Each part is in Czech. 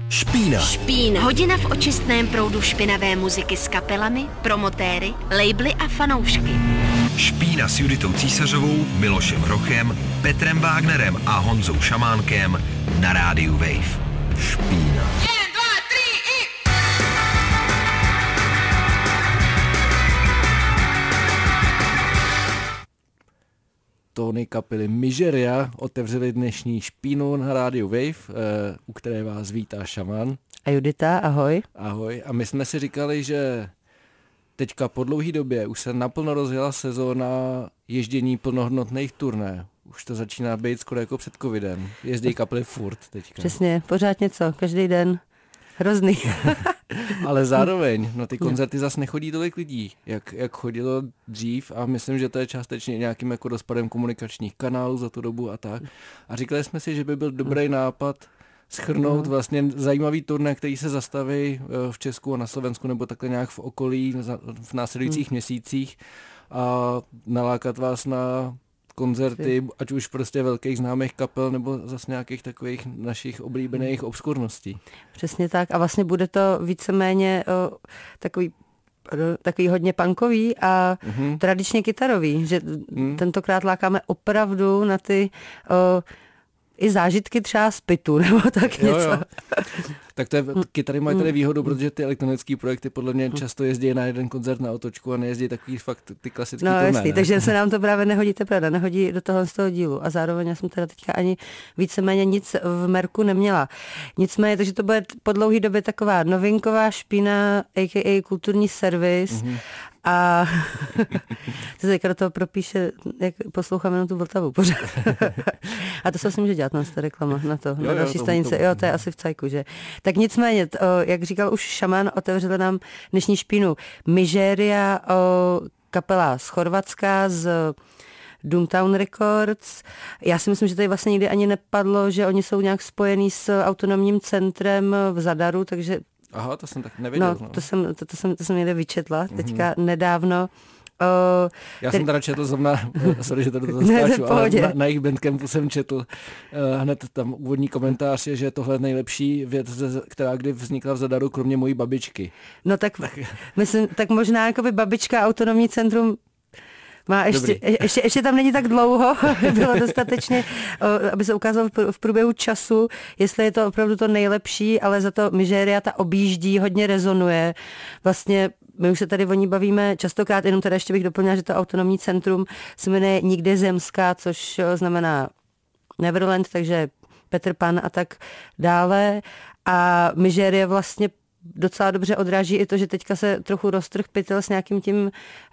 Špína. Špína. Hodina v očistném proudu špinavé muziky s kapelami, promotéry, labely a fanoušky. Špína s Juditou Císařovou, Milošem Hrochem, Petrem Wagnerem a Honzou Šamánkem na rádiu Wave. Špína. Tóny kapely Miseria otevřeli dnešní Špínu na rádiu Wave, u které vás vítá Šaman. A Judita, ahoj. Ahoj. A my jsme si říkali, že teďka po dlouhé době už se naplno rozjela sezóna ježdění plnohodnotných turné. Už to začíná být skoro jako před covidem. Jezdí kapely furt teďka. Přesně, pořád něco, každý den. Hrozný. Ale zároveň, ty koncerty zas nechodí tolik lidí, jak chodilo dřív, a myslím, že to je částečně nějakým jako rozpadem komunikačních kanálů za tu dobu a tak. A říkali jsme si, že by byl dobrý nápad shrnout vlastně zajímavý turné, který se zastaví v Česku a na Slovensku nebo takhle nějak v okolí v následujících měsících a nalákat vás na koncerty, ať už prostě velkých známých kapel, nebo zase nějakých takových našich oblíbených obskurností. Přesně tak. A vlastně bude to víceméně takový hodně punkový a tradičně kytarový, že tentokrát lákáme opravdu na ty i zážitky třeba z pitu, nebo tak něco. Jo. Tak to je, kytary mají tady výhodu, protože ty elektronické projekty podle mě často jezdí na jeden koncert na otočku a nejezdí takový fakt ty klasický turné. No jasný, takže se nám to právě nehodí, pravda, nehodí do toho z toho dílu. A zároveň já jsem teda teďka ani víceméně nic v merku neměla. Nicméně, takže to bude po dlouhé době taková novinková špína, a.k.a. kulturní servis. A to se teďka do toho propíše, jak posloucháme jenom tu Vltavu pořád. A to se asi může dělat na té reklama, na další stanice. Jo, to je asi v cajku, že? Tak nicméně, jak říkal už Šaman, otevřeli nám dnešní špínu Miseria, kapela z Chorvatska, z Doomtown Records. Já si myslím, že tady vlastně nikdy ani nepadlo, že oni jsou nějak spojený s autonomním centrem v Zadaru, takže aha, to jsem tak nevěděl. No. To jsem někde vyčetla teďka nedávno. Já jsem teda četl zrovna, sorry, že to zaskáču, ale na jejich Bandcampu jsem četl hned tam úvodní komentář je, že tohle je nejlepší věc, která kdy vznikla v Zadaru, kromě mojí babičky. No tak myslím, tak možná jakoby babička autonomní centrum má ještě tam není tak dlouho, bylo dostatečně, aby se ukázalo v průběhu času, jestli je to opravdu to nejlepší, ale za to Miseria ta objíždí, hodně rezonuje. Vlastně my už se tady o ní bavíme častokrát, jenom teda ještě bych doplnila, že to autonomní centrum se jmenuje Nikde zemská, což znamená Neverland, takže Petr Pan a tak dále. A Miseria vlastně docela dobře odráží i to, že teďka se trochu roztrh pytel s nějakým tím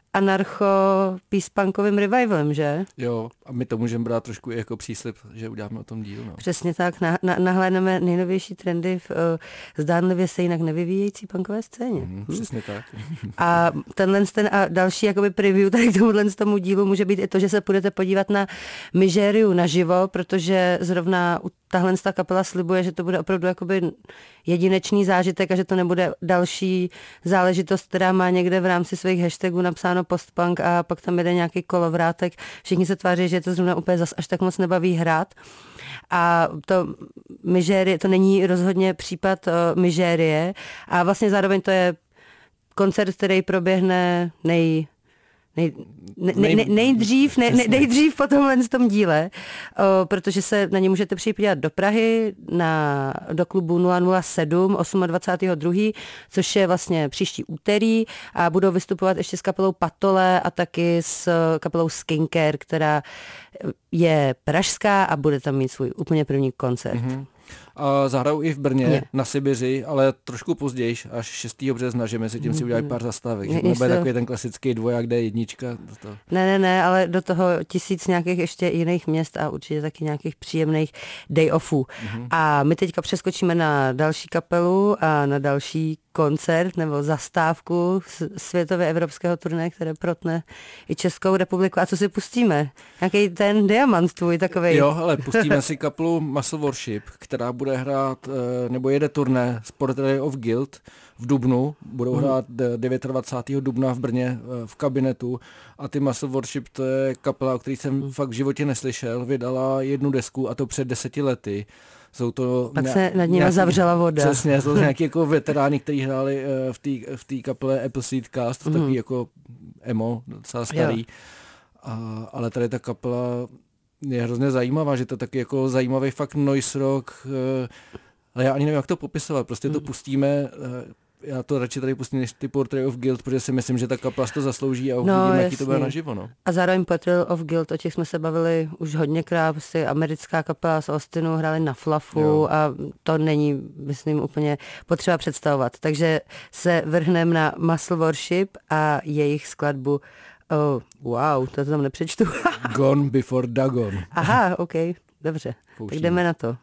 anarcho-peace-punkovým revivalem, že? Jo, a my to můžeme brát trošku i jako příslib, že uděláme o tom díl. No. Přesně tak, nahlédneme nejnovější trendy v zdánlivě se jinak nevyvíjející punkové scéně. Přesně tak. A ten a další jakoby preview tady k tomu dílu může být i to, že se půjdete podívat na Miseriu naživo, protože zrovna tahle kapela slibuje, že to bude opravdu jakoby jedinečný zážitek a že to nebude další záležitost, která má někde v rámci svých hashtagů napsáno postpunk a pak tam jede nějaký kolovrátek. Všichni se tváří, že je to zrovna úplně zas až tak moc nebaví hrát. A to Miserie, to není rozhodně případ Miserie a vlastně zároveň to je koncert, který proběhne nejdřív po tomhle tom díle, protože se na ně můžete přijít podívat do Prahy, do klubu 007 28.2., což je vlastně příští úterý a budou vystupovat ještě s kapelou Patole a taky s kapelou Skincare, která je pražská a bude tam mít svůj úplně první koncert. A zahrajou i v Brně na Sibiři, ale trošku později, až 6. března, že mezi tím si udělají pár zastávek. Že to nebude takový ten klasický dvoják, kde je jednička. Ne, ale do toho 1000 nějakých ještě jiných měst a určitě taky nějakých příjemných day offů. A my teďka přeskočíme na další kapelu a na další koncert nebo zastávku světově evropského turné, které protne i Českou republiku. A co si pustíme? Nějaký ten diamant tvůj takovej? Jo, ale pustíme si kapelu Muscle Worship, která bude hrát, nebo jede turné z Portrait of Guilt v dubnu. Budou hrát 29. dubna v Brně v Kabinetu. A ty Muscle Worship, to je kapela, o který jsem fakt v životě neslyšel. Vydala jednu desku, a to před 10 lety. Jsou to Pak se nad nimi zavřela voda. Přesně, jsou nějaký jako veteráni, kteří hráli v té kapele Appleseed Cast, takový jako emo, docela starý. Ale tady ta kapela je hrozně zajímavá, že to je taky jako zajímavý fakt noise rock, ale já ani nevím, jak to popisovat, prostě to pustíme, já to radši tady pustím než ty Portrait of Guilt, protože si myslím, že ta kapela to zaslouží a uvidíme, jaký to bude naživo. No. A zároveň Portrait of Guilt, o těch jsme se bavili už hodněkrát, prostě americká kapela z Austinu, hráli na Fluffu a to není, myslím, úplně potřeba představovat. Takže se vrhneme na Muscle Worship a jejich skladbu wow, to tam nepřečtu. Gone Before Dagon. Aha, OK, dobře. Tak jdeme na to.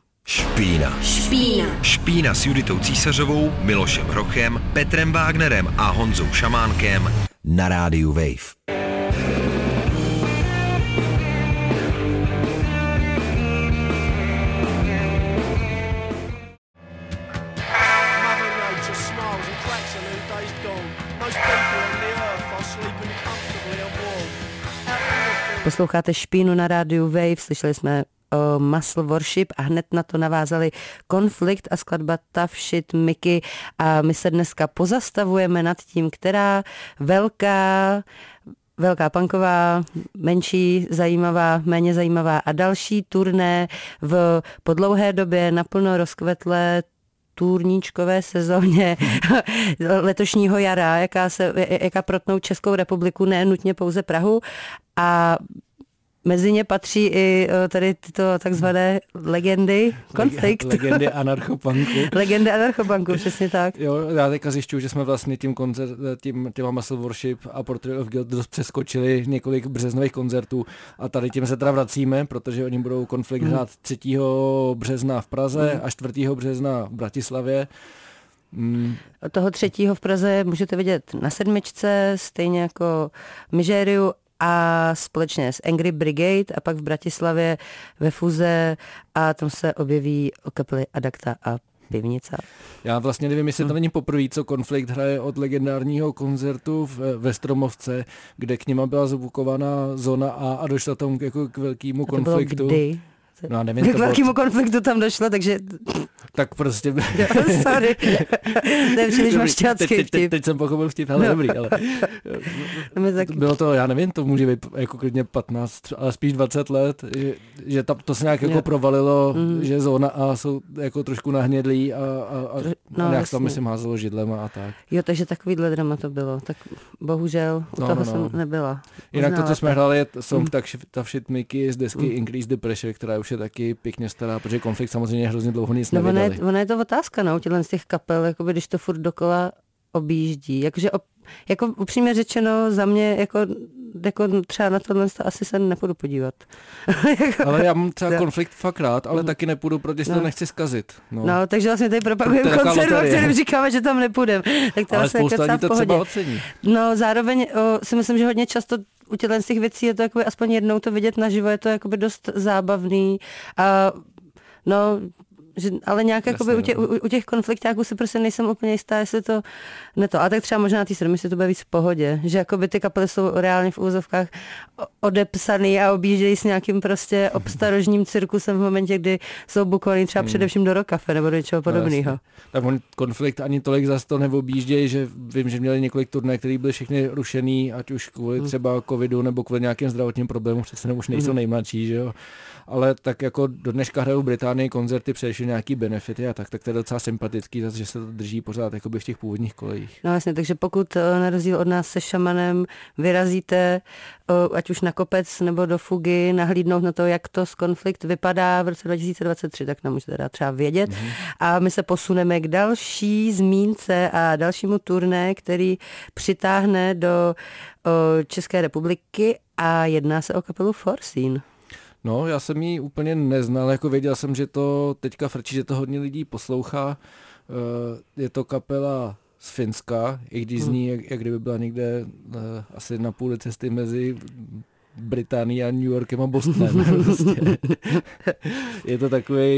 Špína s Juditou Císařovou, Milošem Hrochem, Petrem Wagnerem a Honzou Šamánkem na rádiu Wave. Posloucháte Špínu na rádiu Wave, slyšeli jsme Muscle Worship a hned na to navázali Konflikt a skladba Tough Shit Mickey a my se dneska pozastavujeme nad tím, která velká punková, menší zajímavá, méně zajímavá a další turné po dlouhé době naplno rozkvetlé turníčkové sezóně letošního jara, jaká protnou Českou republiku, ne nutně pouze Prahu a mezi ně patří i tady tyto takzvané legendy Konflikt. Legendy anarchopunku. Legendy anarchopunku, přesně tak. Jo, já teďka zjišťuju, že jsme vlastně těma Muscle Worship a Portrait of Guilt dost přeskočili několik březnových koncertů a tady tím se teda vracíme, protože oni budou Konflikt hrát 3. března v Praze a 4. března v Bratislavě. Toho 3. v Praze můžete vidět na 7, stejně jako Mizériu a společně s Angry Brigade a pak v Bratislavě ve Fuze a tam se objeví kapely Adakta a Pivnica. Já vlastně nevím, jestli to není poprvé, co Konflikt hraje od legendárního koncertu ve Stromovce, kde k nima byla zvukovaná zóna A došlo tam jako k velkému konfliktu. To bylo kdy? No, nevím, k velkému konfliktu tam došlo, takže... Tak prostě... Sorry, to je příliš mašťácký vtip. Teď jsem pochopil vtip, ale dobrý, ale... Bylo to, já nevím, to může být jako klidně 15, ale spíš 20 let, že to se nějak jako provalilo, že zóna A jsou jako trošku nahnědlí a nějak tam myslím házelo židlema a tak. Jo, takže takovýhle drama to bylo, tak bohužel u toho jsem nebyla. Jinak to, co jsme hráli, je song Tough Shit Mickey z desky Increase the Pressure, která už je taky pěkně stará, protože Konflikt samozřejmě hrozně dlouho nic nevydali. Ona je to otázka, no, z těch kapel, jakoby, když to furt dokola objíždí. Jakože jako upřímně řečeno za mě jako třeba na tohle asi se nepůjdu podívat. Ale já mám třeba Konflikt fakt rád, ale taky nepůjdu, protože to nechci zkazit. No, takže vlastně tady propagujeme koncert, o kterém říkáme, že tam nepůjdeme. Tak to ale vlastně spousta lidí to třeba ocení. No, zároveň si myslím, že hodně často u těch věcí je to jakoby aspoň jednou to vidět naživo, je to jakoby dost zábavný a ale nějak jakoby u těch konfliktáků si prostě nejsem úplně jistá, jestli to a tak třeba možná ty sedmi si to bude víc v pohodě, že jakoby ty kapely jsou reálně v úzovkách odepsaný a objíždějí s nějakým prostě obstarožním cirkusem v momentě, kdy jsou bukovaný třeba především do Rock Cafe nebo do něčeho podobného. Tak Konflikt ani tolik zas to neobjíždějí, že vím, že měli několik turné, které byly všechny rušený, ať už kvůli třeba covidu nebo kvůli nějakým zdravotním problémům, přece už nejsou nejmladší, že jo. Ale tak jako do dneška hrajou v Británii koncerty, především nějaký benefity a tak to je docela sympatický, že se to drží pořád jakoby v těch původních kolejích. No jasně, takže pokud na rozdíl od nás se Šamanem vyrazíte, ať už na kopec nebo do Fugy, nahlídnout na to, jak to z Konflikt vypadá v roce 2023, tak nám můžete třeba vědět. A my se posuneme k další zmínce a dalšímu turné, který přitáhne do České republiky a jedná se o kapelu Forseen. No, já jsem ji úplně neznal, jako věděl jsem, že to teďka frčí, že to hodně lidí poslouchá. Je to kapela z Finska, i když zní, jak kdyby byla někde asi na půli cesty mezi Británií a New Yorkem a Bostonem. Je to takový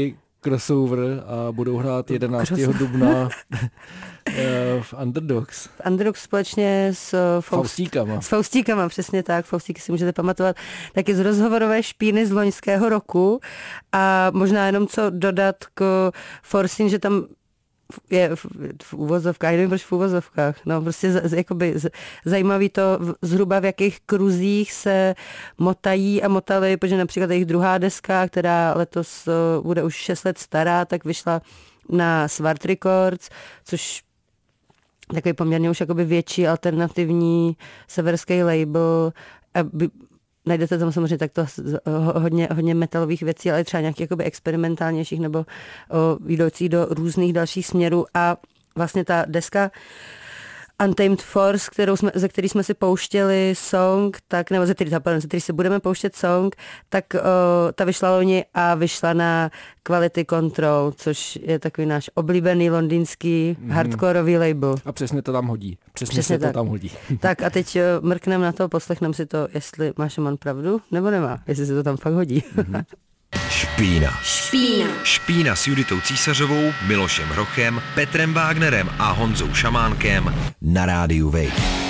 crossover a budou hrát 11. dubna v Underdogs. V Underdogs společně s Faustíkama. S Faustíkama, přesně tak. Faustíky si můžete pamatovat taky z rozhovorové špíny z loňského roku. A možná jenom co dodat k Forsin, že tam je v uvozovkách, nevím proč v uvozovkách, no prostě jakoby zajímavý to zhruba v jakých kruzích se motají a motali, protože například jejich druhá deska, která letos bude už 6 let stará, tak vyšla na Svart Records, což takový poměrně už jakoby větší alternativní severský label. Najdete tam samozřejmě takto hodně metalových věcí, ale třeba nějakých jakoby experimentálnějších nebo jdoucích do různých dalších směrů. A vlastně ta deska Untamed Force, ze který jsme si pouštěli song, tak, nebo ze který si budeme pouštět song, tak ta vyšla loni a vyšla na Quality Control, což je takový náš oblíbený londýnský hardcoreový label. A přesně to tam hodí. Přesně to tam hodí. Tak a teď mrknem na to, poslechneme si to, jestli má Šaman pravdu, nebo nemá, jestli se to tam fakt hodí. Špína s Juditou Císařovou, Milošem Hrochem, Petrem Vágnerem a Honzou Šamánkem na rádiu Wave.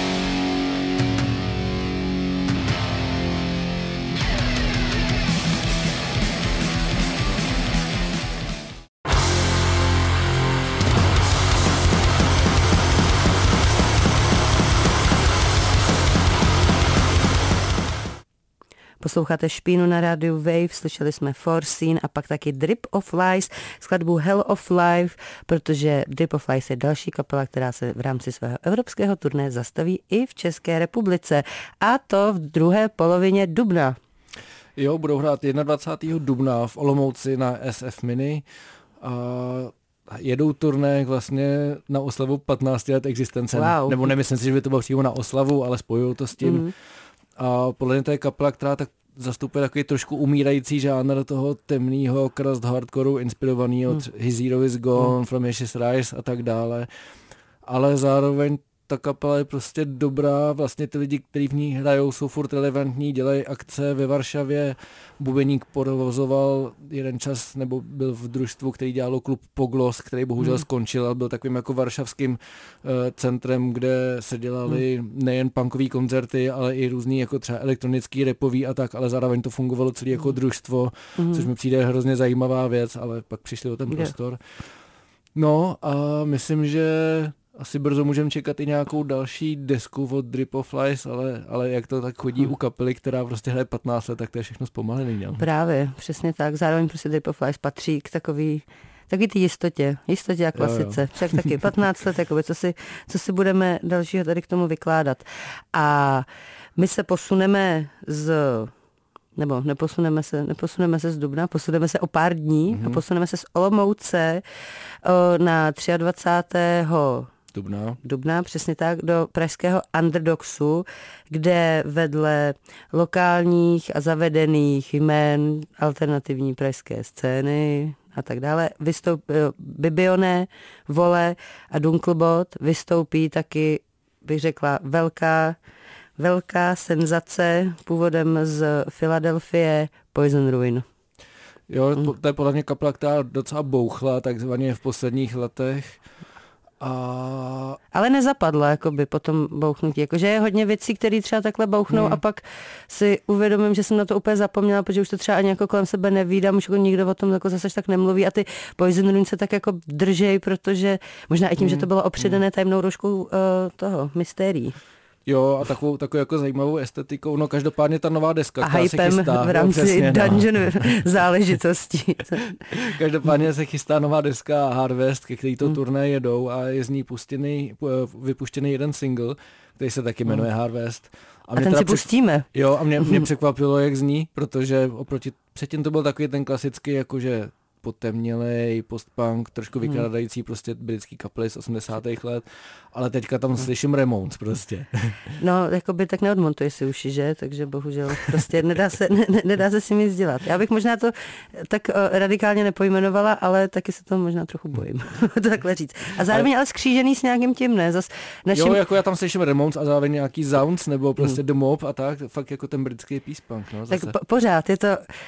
Posloucháte Špínu na rádiu Wave, slyšeli jsme Forsin a pak taky Drip of Lies, skladbu Hell of Life, protože Drip of Lies je další kapela, která se v rámci svého evropského turné zastaví i v České republice. A to v druhé polovině dubna. Jo, budou hrát 21. dubna v Olomouci na SF Mini a jedou turné vlastně na oslavu 15 let existence. Wow. Nebo nemyslím si, že by to bylo přímo na oslavu, ale spojují to s tím. A podle mě to je kapela, která tak zastupuje takový trošku umírající žánr toho temného crust hardcoreu, inspirovaný od His Hero Is Gone, From Ashes Rise a tak dále. Ale zároveň ta kapela je prostě dobrá, vlastně ty lidi, kteří v ní hrajou, jsou furt relevantní, dělají akce ve Varšavě. Bubeník provozoval jeden čas, nebo byl v družstvu, který dělalo klub Poglos, který bohužel skončil, ale byl takovým jako varšavským centrem, kde se dělali nejen punkové koncerty, ale i různý jako třeba elektronický, rapový a tak, ale zároveň to fungovalo celé jako družstvo, což mi přijde hrozně zajímavá věc, ale pak přišli o ten prostor. No a myslím, že asi brzo můžeme čekat i nějakou další desku od Drip of Lies, ale jak to tak chodí u kapely, která prostě hraje 15 let, tak to je všechno zpomalený. Ne? Právě, přesně tak. Zároveň prostě Drip of Lies patří k takový ty jistotě a klasice. Však taky 15 let, jakoby, co si budeme dalšího tady k tomu vykládat. A my se posuneme neposuneme se z dubna, posuneme se o pár dní a posuneme se z Olomouce na 23. dubna, přesně tak, do pražského Underdogsu, kde vedle lokálních a zavedených jmén alternativní pražské scény a tak dále vystoupí Bibione, Vole a Dunklebot, vystoupí taky, bych řekla, velká senzace původem z Filadelfie Poison Ruin. Jo, to je podle mě kapela, která docela bouchla takzvaně v posledních letech. Ale nezapadla jakoby po tom bouchnutí. Jakože je hodně věcí, které třeba takhle bouchnou a pak si uvědomím, že jsem na to úplně zapomněla, protože už to třeba ani jako kolem sebe nevídám, už jako nikdo o tom jako zase tak nemluví a ty Poison Ruin se tak jako držej, protože možná i tím, že to bylo opředené tajemnou rouškou toho mystérií. Jo, a takovou jako zajímavou estetikou. No každopádně ta nová deska, a která se chystá. V rámci dungeon záležitostí. Každopádně se chystá nová deska Harvest, ke který to turné jedou a je z ní vypuštěný jeden single, který se taky jmenuje Harvest. A ten si pustíme. Jo, a mě překvapilo, jak zní, protože předtím to byl takový ten klasický, jakože potemnělej, postpunk, trošku vykrádající prostě britský kapely z 80. let, ale teďka tam slyším Ramones prostě. No, jakoby tak neodmontuje si uši, že? Takže bohužel prostě nedá se s tím nic dělat. Já bych možná to tak radikálně nepojmenovala, ale taky se to možná trochu bojím, to takhle říct. A zároveň ale skřížený s nějakým tím, ne? Jo, jako já tam slyším Ramones a zároveň nějaký Zounds nebo prostě The Mob a tak, fakt jako ten britský peace punk, no, zase. Tak pořád je to.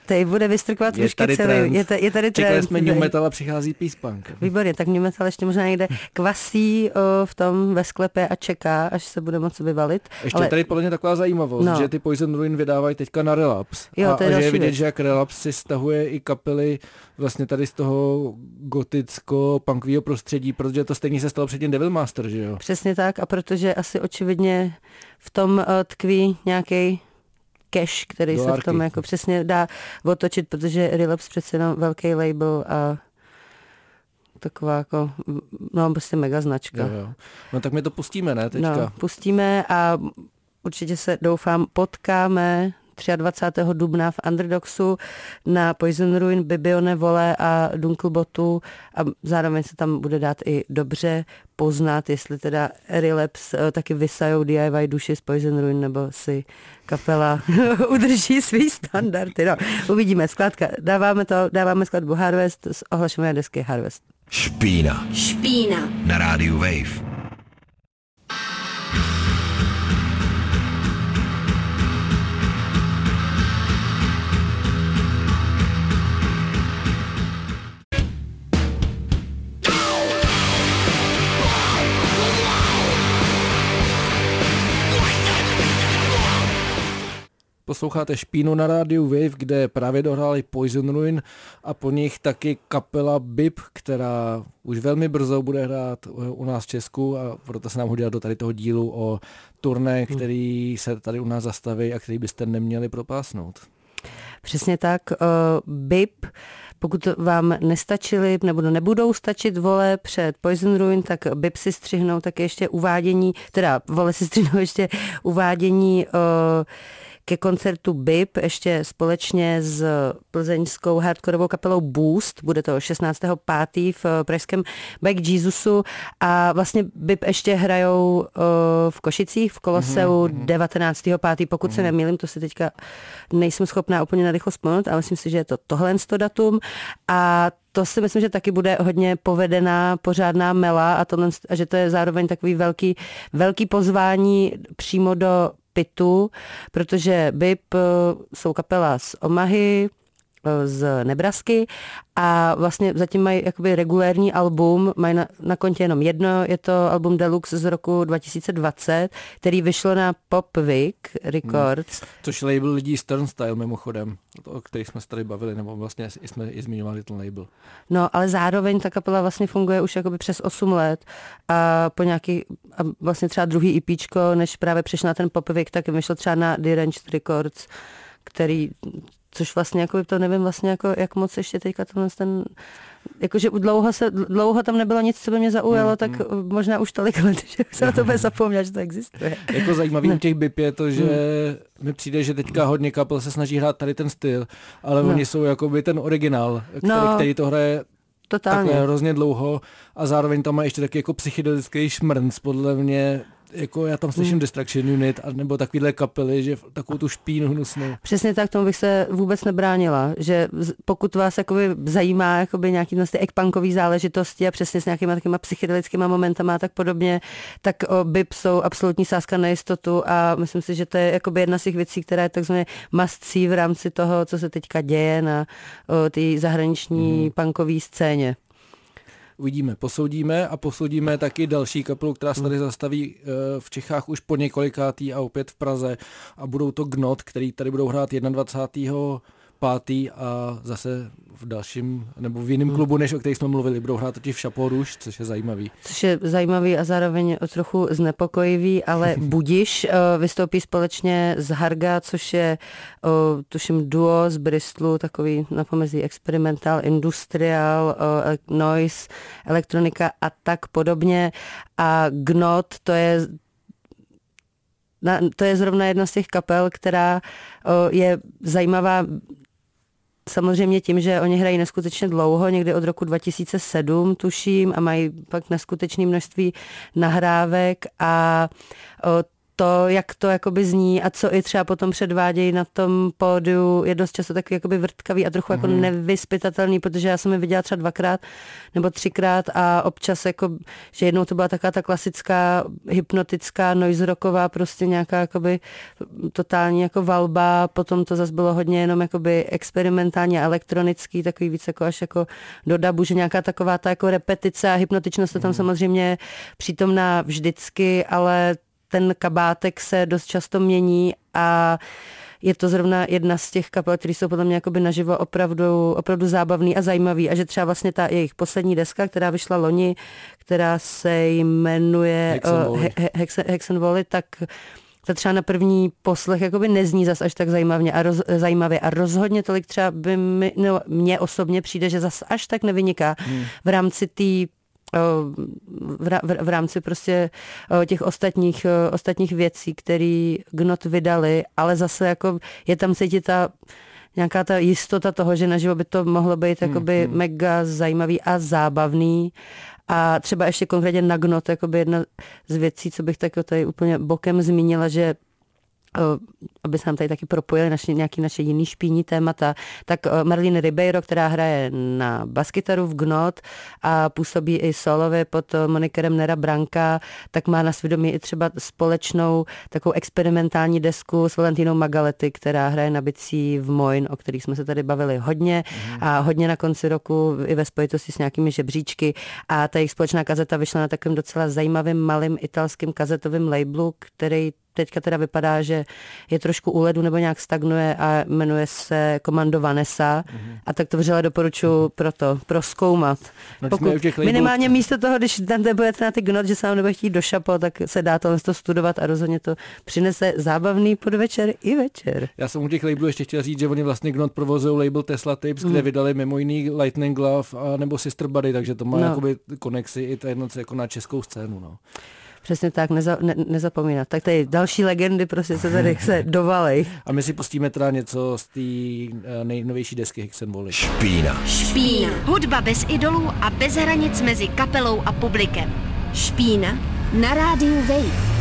Tady bude vystrkovat rušky celý. Je tady trend. Čekali jsme new metal a přichází peace punk. Výborně, tak new metal ještě možná někde kvasí v tom ve sklepě a čeká, až se bude moci vyvalit. Ještě tady podle mě taková zajímavost, že ty Poison Ruin vydávají teďka na Relapse. Jo, to je a že je vidět, věc. že jak Relapse si stahuje i kapely vlastně tady z toho goticko-punkového prostředí, protože to stejně se stalo předtím Devilmaster, že jo? Přesně tak, a protože asi očividně v tom tkví nějaký cash, který se v tom jako přesně dá otočit, protože Relapse přece jenom velký label a taková jako, no prostě mega značka. Jo. No tak my to pustíme, ne, teďka? No, pustíme a určitě se, doufám, potkáme 23. dubna v Underdogsu na Poison Ruin, Bibione, Vole a Dunkelbotu a zároveň se tam bude dát i dobře poznat, jestli teda Relapse taky vysajou DIY duši z Poison Ruin, nebo si kapela udrží svý standardy. No, uvidíme, skladka. Dáváme skladbu Harvest z ohlašované desky Harvest. Špína na rádiu Wave. Posloucháte Špínu na rádiu Wave, kde právě dohráli Poison Ruin a po nich taky kapela BIP, která už velmi brzo bude hrát u nás v Česku a proto se nám hodila do tady toho dílu o turné, který se tady u nás zastaví a který byste neměli propásnout. Přesně tak. BIP, pokud vám nestačili nebo nebudou stačit Vole před Poison Ruin, tak BIP si střihnou taky ještě uvádění, teda Vole si střihnou ještě uvádění ke koncertu BIP ještě společně s plzeňskou hardkorovou kapelou Boost. Bude to 16.5. v pražském Back Jesusu a vlastně BIP ještě hrajou v Košicích v Koloseu 19.5. Pokud se nemýlím, to si teďka nejsem schopná úplně narychlo vzpomenout, ale myslím si, že je to tohle datum a to si myslím, že taky bude hodně povedená pořádná mela a že to je zároveň takový velký pozvání přímo do pitu, protože BIP jsou kapela z Omahy, z Nebrasky a vlastně zatím mají jakoby regulérní album, mají na kontě jenom jedno, je to album Deluxe z roku 2020, který vyšlo na Popvik Records. Což label lidí z Turnstile mimochodem, o kterých jsme se tady bavili, nebo vlastně jsme i zmiňovali ten label. No, ale zároveň ta kapela vlastně funguje už jakoby přes 8 let a po nějaký, a vlastně třeba druhý EPčko, než právě přišel na ten Popvik, tak vyšlo třeba na Deranged Records, což vlastně jako to nevím vlastně jako jak moc ještě teďka ten jakože dlouho tam nebylo nic, co by mě zaujalo, tak možná už tolik let, že se na to bude zapomnět, že to existuje. Jako zajímavý u těch BIP je to, že mi přijde, že teďka hodně kapel se snaží hrát tady ten styl, ale oni jsou jakoby ten originál, který to hraje takhle hrozně dlouho a zároveň tam má ještě taky jako psychedelický šmrnc, podle mě. Jako já tam slyším Destruction Unit nebo takovýhle kapely, že takovou tu špínu hnusnou. Přesně tak, tomu bych se vůbec nebránila, že pokud vás jakoby zajímá jakoby nějaký ty eggpunkový záležitosti a přesně s nějakýma takýma psychedelickýma momentama a tak podobně, tak BIP jsou absolutní sázka na jistotu a myslím si, že to je jakoby jedna z těch věcí, která je takzvaně must see v rámci toho, co se teďka děje na té zahraniční punkové scéně. Uvidíme, posoudíme taky další kapelu, která se tady zastaví v Čechách už po několikátý a opět v Praze a budou to Gnot, který tady budou hrát 21.5. a zase v dalším nebo v jiném klubu, než o kterých jsme mluvili, budou hrát totiž v Chapeau Rouge, což je zajímavý. Což je zajímavý a zároveň trochu znepokojivý, ale budiš vystoupí společně z Harga, což je tuším duo z Bristolu, takový na pomezí experimental, industrial, noise, elektronika a tak podobně. A Gnot, to je zrovna jedna z těch kapel, která je zajímavá samozřejmě tím, že oni hrají neskutečně dlouho, někdy od roku 2007 tuším a mají pak neskutečné množství nahrávek a to, jak to jakoby zní a co i třeba potom předvádějí na tom pódiu, je dost často takový jakoby vrtkavý a trochu jako nevyspytatelný, protože já jsem je viděla třeba 2x nebo 3x a občas jako, že jednou to byla taková ta klasická hypnotická noise rocková, prostě nějaká jakoby totální jako valba, potom to zase bylo hodně jenom jakoby experimentálně elektronický, takový víc jako až jako do dabu, že nějaká taková ta jako repetice a hypnotičnost je tam samozřejmě přítomná vždycky, ale ten kabátek se dost často mění a je to zrovna jedna z těch kapel, které jsou podle mě jakoby naživo opravdu zábavný a zajímavý a že třeba vlastně ta jejich poslední deska, která vyšla loni, která se jmenuje Hex and Volley, tak ta třeba na první poslech jakoby nezní zas až tak zajímavě a rozhodně tolik třeba by mně osobně přijde, že zas až tak nevyniká v rámci v rámci prostě těch ostatních věcí, které Gnot vydali, ale zase jako je tam cítit nějaká ta jistota toho, že naživo by to mohlo být jakoby mega zajímavý a zábavný. A třeba ještě konkrétně na Gnot, jakoby jedna z věcí, co bych tak tady úplně bokem zmínila, že aby se nám tady taky propojili nějaký naše jiný špíní témata, tak Marlene Ribeiro, která hraje na baskytaru v Gnot a působí i solově pod monikerem Nera Branca, tak má na svědomí i třeba společnou takovou experimentální desku s Valentinou Magaletti, která hraje na bicí v Moin, o kterých jsme se tady bavili hodně a hodně na konci roku i ve spojitosti s nějakými žebříčky a ta jejich společná kazeta vyšla na takovém docela zajímavým malým italským kazetovým labelu, který teďka teda vypadá, že je trošku u ledu nebo nějak stagnuje a jmenuje se Komando Vanessa a tak to vřele doporučuji pro zkoumat. Pokud minimálně místo toho, když tam budete na ty Gnot, že se vám nebude chtít do šapo, tak se dá to studovat a rozhodně to přinese zábavný podvečer i večer. Já jsem u těch labelů ještě chtěl říct, že oni vlastně Gnot provozují label Tesla Tapes, kde vydali mimo jiný Lightning Glove a nebo Sister Buddy, takže to má jakoby konexi i to jednoce jako na českou scénu. No. Přesně tak, nezapomínat. Tak tady další legendy prostě se dovalej. A my si pustíme teda něco z té nejnovější desky Hex and Volley. Špína. Hudba bez idolů a bez hranic mezi kapelou a publikem. Špína na rádiu Wave.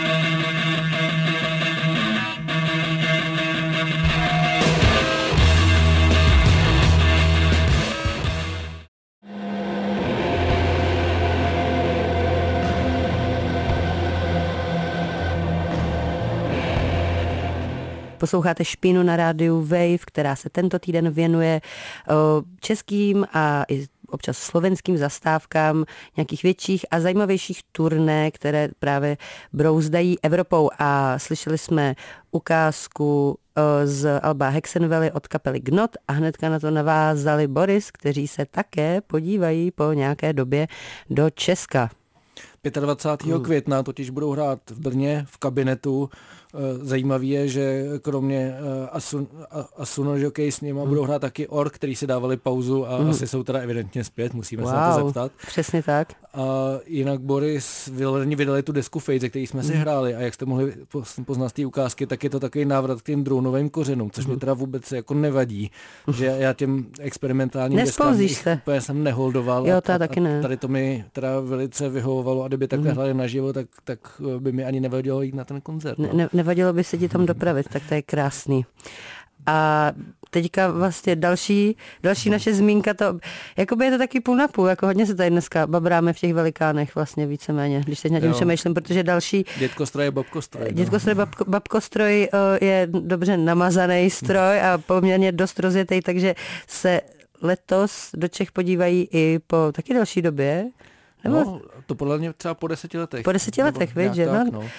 Posloucháte Špínu na rádiu Wave, která se tento týden věnuje českým a i občas slovenským zastávkám nějakých větších a zajímavějších turné, které právě brouzdají Evropou. A slyšeli jsme ukázku z alba Hex and Volley od kapely Gnot a hnedka na to navázali Boris, kteří se také podívají po nějaké době do Česka. 25. května totiž budou hrát v Brně v Kabinetu. Zajímavý je, že kromě Asuno Jockey s nima budou hrát taky Ork, který si dávali pauzu a asi jsou teda evidentně zpět, musíme se na to zeptat. Přesně tak. A jinak Boris vydali tu desku Fate, ze který jsme si hráli a jak jste mohli poznat z té ukázky, tak je to takový návrat k těm dronovým kořenům, což mi teda vůbec jako nevadí, že já těm experimentálním deskám úplně jsem neholdoval. Jo, taky ne. Tady to mi teda velice vyhovovalo a kdyby takhle hráli naživo, tak by mi ani nevadilo jít na ten koncert. Nevadilo by se ti tam dopravit, tak to je krásný. A teďka vlastně další naše zmínka, to jakoby je to taky půl na půl, jako hodně se tady dneska babráme v těch velikánech vlastně víceméně, když teď na tím přemýšlím, protože další... Dětkostroj je babkostroj. Dětkostroj babkostroj je dobře namazaný stroj a poměrně dost rozjetý, takže se letos do Čech podívají i po taky další době. Nebo... No, to podle mě třeba po 10 letech. Po 10 letech, víš, že? Tak, no.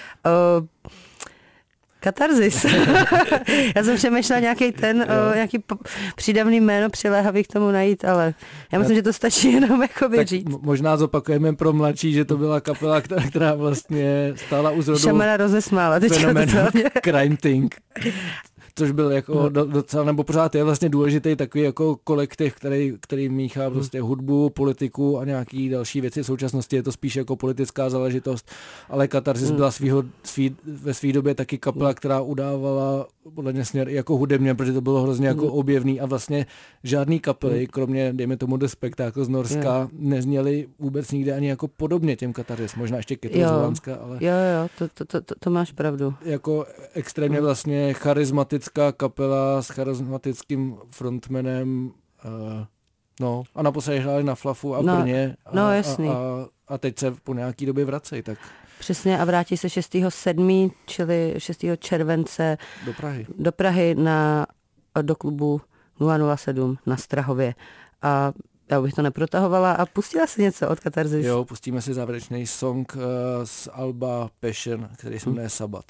Katarzis. Já jsem přemýšlela nějaký přídavný jméno přiléhavý k tomu najít, ale já myslím, že to stačí jenom jakoby říct. Možná zopakujeme pro mladší, že to byla kapela, která vlastně stála u zrodu Šamana rozesmála. Fenoménu Crime Thing. což byl jako docela, nebo pořád je vlastně důležitý takový jako kolektiv, který míchá prostě hudbu, politiku a nějaký další věci. V současnosti je to spíš jako politická záležitost, ale Katarzis byla ve své době taky kapela, která udávala podle mě směr jako hudebně, protože to bylo hrozně jako objevný a vlastně žádný kapely, kromě, dejme tomu The Spectacle z Norska, nezněly vůbec nikde ani jako podobně těm Katarzis. Možná ještě Kytl z Holandska, ale... Jo, to máš pravdu. Jako extrémně vlastně charismatická kapela s charismatickým frontmanem, a naposledy hráli na Flafu a Brně a teď se po nějaký době vracejí, tak... Přesně a vrátí se 6.7., čili 6. července do Prahy do klubu 007 na Strahově. A já bych to neprotahovala a pustila si něco od Katarzis. Jo, pustíme si závěrečný song z alba Passion, který se jmenuje Sabat.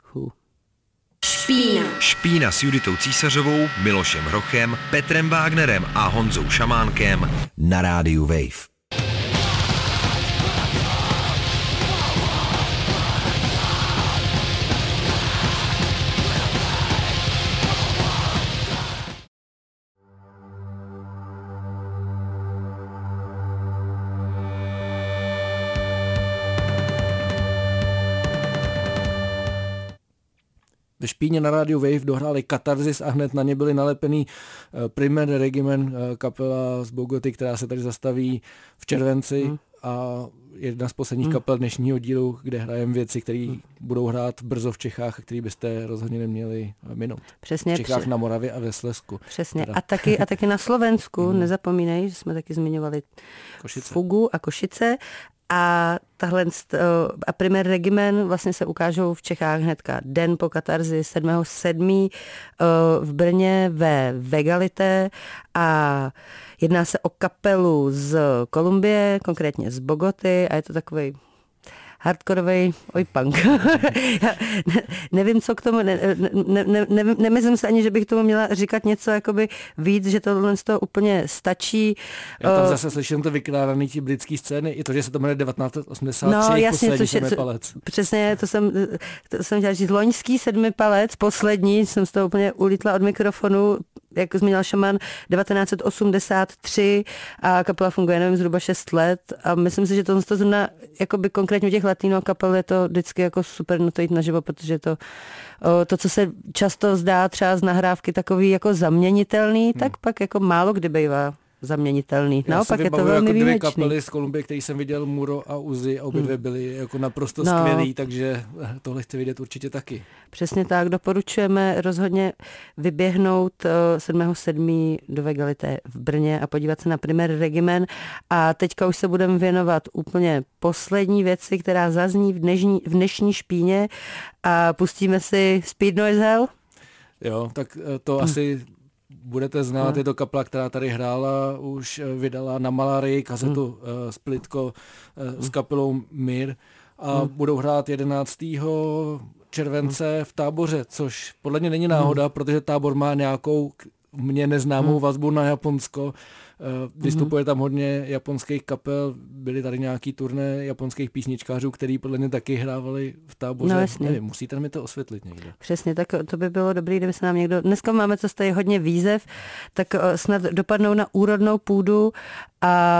Špína s Juditou Císařovou, Milošem Hrochem, Petrem Wagnerem a Honzou Šamánkem na rádiu Wave. Ve Špíně na rádiu Wave dohráli Katarzis a hned na ně byli nalepený Primer Regiment, kapela z Bogoty, která se tady zastaví v červenci a jedna z posledních kapel dnešního dílu, kde hrajeme věci, které budou hrát brzo v Čechách a které byste rozhodně neměli minout. Přesně. V Čechách na Moravě a ve Slezsku. Přesně. A taky na Slovensku, nezapomínej, že jsme taky zmiňovali Košice. Fugu a Košice. A Primer Regiment vlastně se ukážou v Čechách hnedka den po Katarzi 7.7. v Brně ve Vegalité a jedná se o kapelu z Kolumbie, konkrétně z Bogoty a je to takovej hardkorovej oj-punk. Nevím, co k tomu, nemyslím se ani, že bych tomu měla říkat něco jakoby víc, že tohle z toho úplně stačí. Já tam zase slyším to vykládaný tí britský scény, i to, že se to jmenuje 1983, no, jasně, poslední sedmipalec. Přesně, to jsem chtěla říct, loňský sedmipalec, poslední, jsem z toho úplně ulítla od mikrofonu, jak zmínil Šaman, 1983 a kapela funguje, nevím, zhruba 6 let a myslím si, že to zrovna, jakoby konkrétně u těch latino kapel je to vždycky jako super na to jít naživo, protože to, co se často zdá třeba z nahrávky takový jako zaměnitelný, tak pak jako málo kdy bývá zaměnitelný. Naopak je to velmi jako výjimečný. Dvě kapely z Kolumbie, který jsem viděl, Muro a Uzi, a obě dvě byly jako naprosto skvělý, takže tohle chci vidět určitě taky. Přesně tak, doporučujeme rozhodně vyběhnout 7.7. do Vegalité v Brně a podívat se na Primer Regiment a teďka už se budeme věnovat úplně poslední věci, která zazní v dnešní špíně a pustíme si Speed Noise Hell. Jo, tak to asi budete znát, je to kapela, která tady hrála, už vydala na Malarii kazetu splitko s kapelou Mir a budou hrát 11. července v Táboře, což podle mě není náhoda, protože Tábor má nějakou mně neznámou vazbu na Japonsko. Vystupuje tam hodně japonských kapel, byly tady nějaký turné japonských písničkářů, který podle mě taky hrávali v Táboře. No, nevím, musíte mi to osvětlit někde. Přesně, tak to by bylo dobré, kdyby se nám někdo... Dneska máme co stojí hodně výzev, tak snad dopadnou na úrodnou půdu a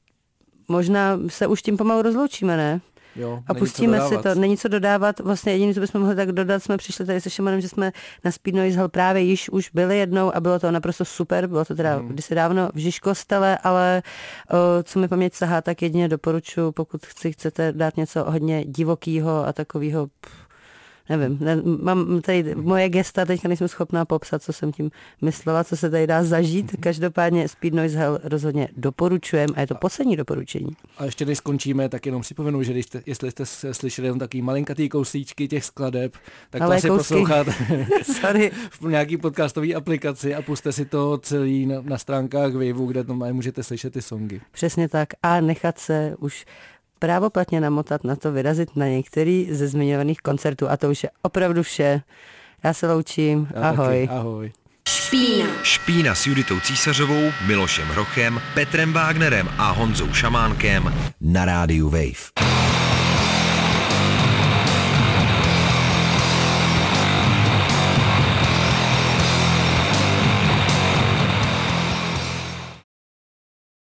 možná se už tím pomalu rozloučíme, ne? Jo, a pustíme si to, není co dodávat, vlastně jediné, co bychom mohli tak dodat, jsme přišli tady se Šamanem, že jsme na Speed Noise Hell právě již už byli jednou a bylo to naprosto super, bylo to teda kdysi dávno v Žižkostele, ale co mi paměť sahá, tak jedině doporučuji, pokud chcete dát něco hodně divokýho a takového, nevím, mám tady moje gesta, teďka nejsem schopná popsat, co jsem tím myslela, co se tady dá zažít. Každopádně Speed Noise Hell rozhodně doporučujeme a je to poslední doporučení. A ještě než skončíme, tak jenom připomenu, že jestli jste slyšeli jenom takový malinkatý kousíčky těch skladeb, tak to asi posloucháte v nějaký podcastový aplikaci a puste si to celý na stránkách Waveu, kde to můžete slyšet ty songy. Přesně tak a nechat se už právoplatně namotat na to, vyrazit na některý ze zmiňovaných koncertů a to už je opravdu vše. Já se loučím. Ahoj. Taky. Ahoj. Špína s Juditou Císařovou, Milošem Hrochem, Petrem Wagnerem a Honzou Šamánkem na rádiu Wave.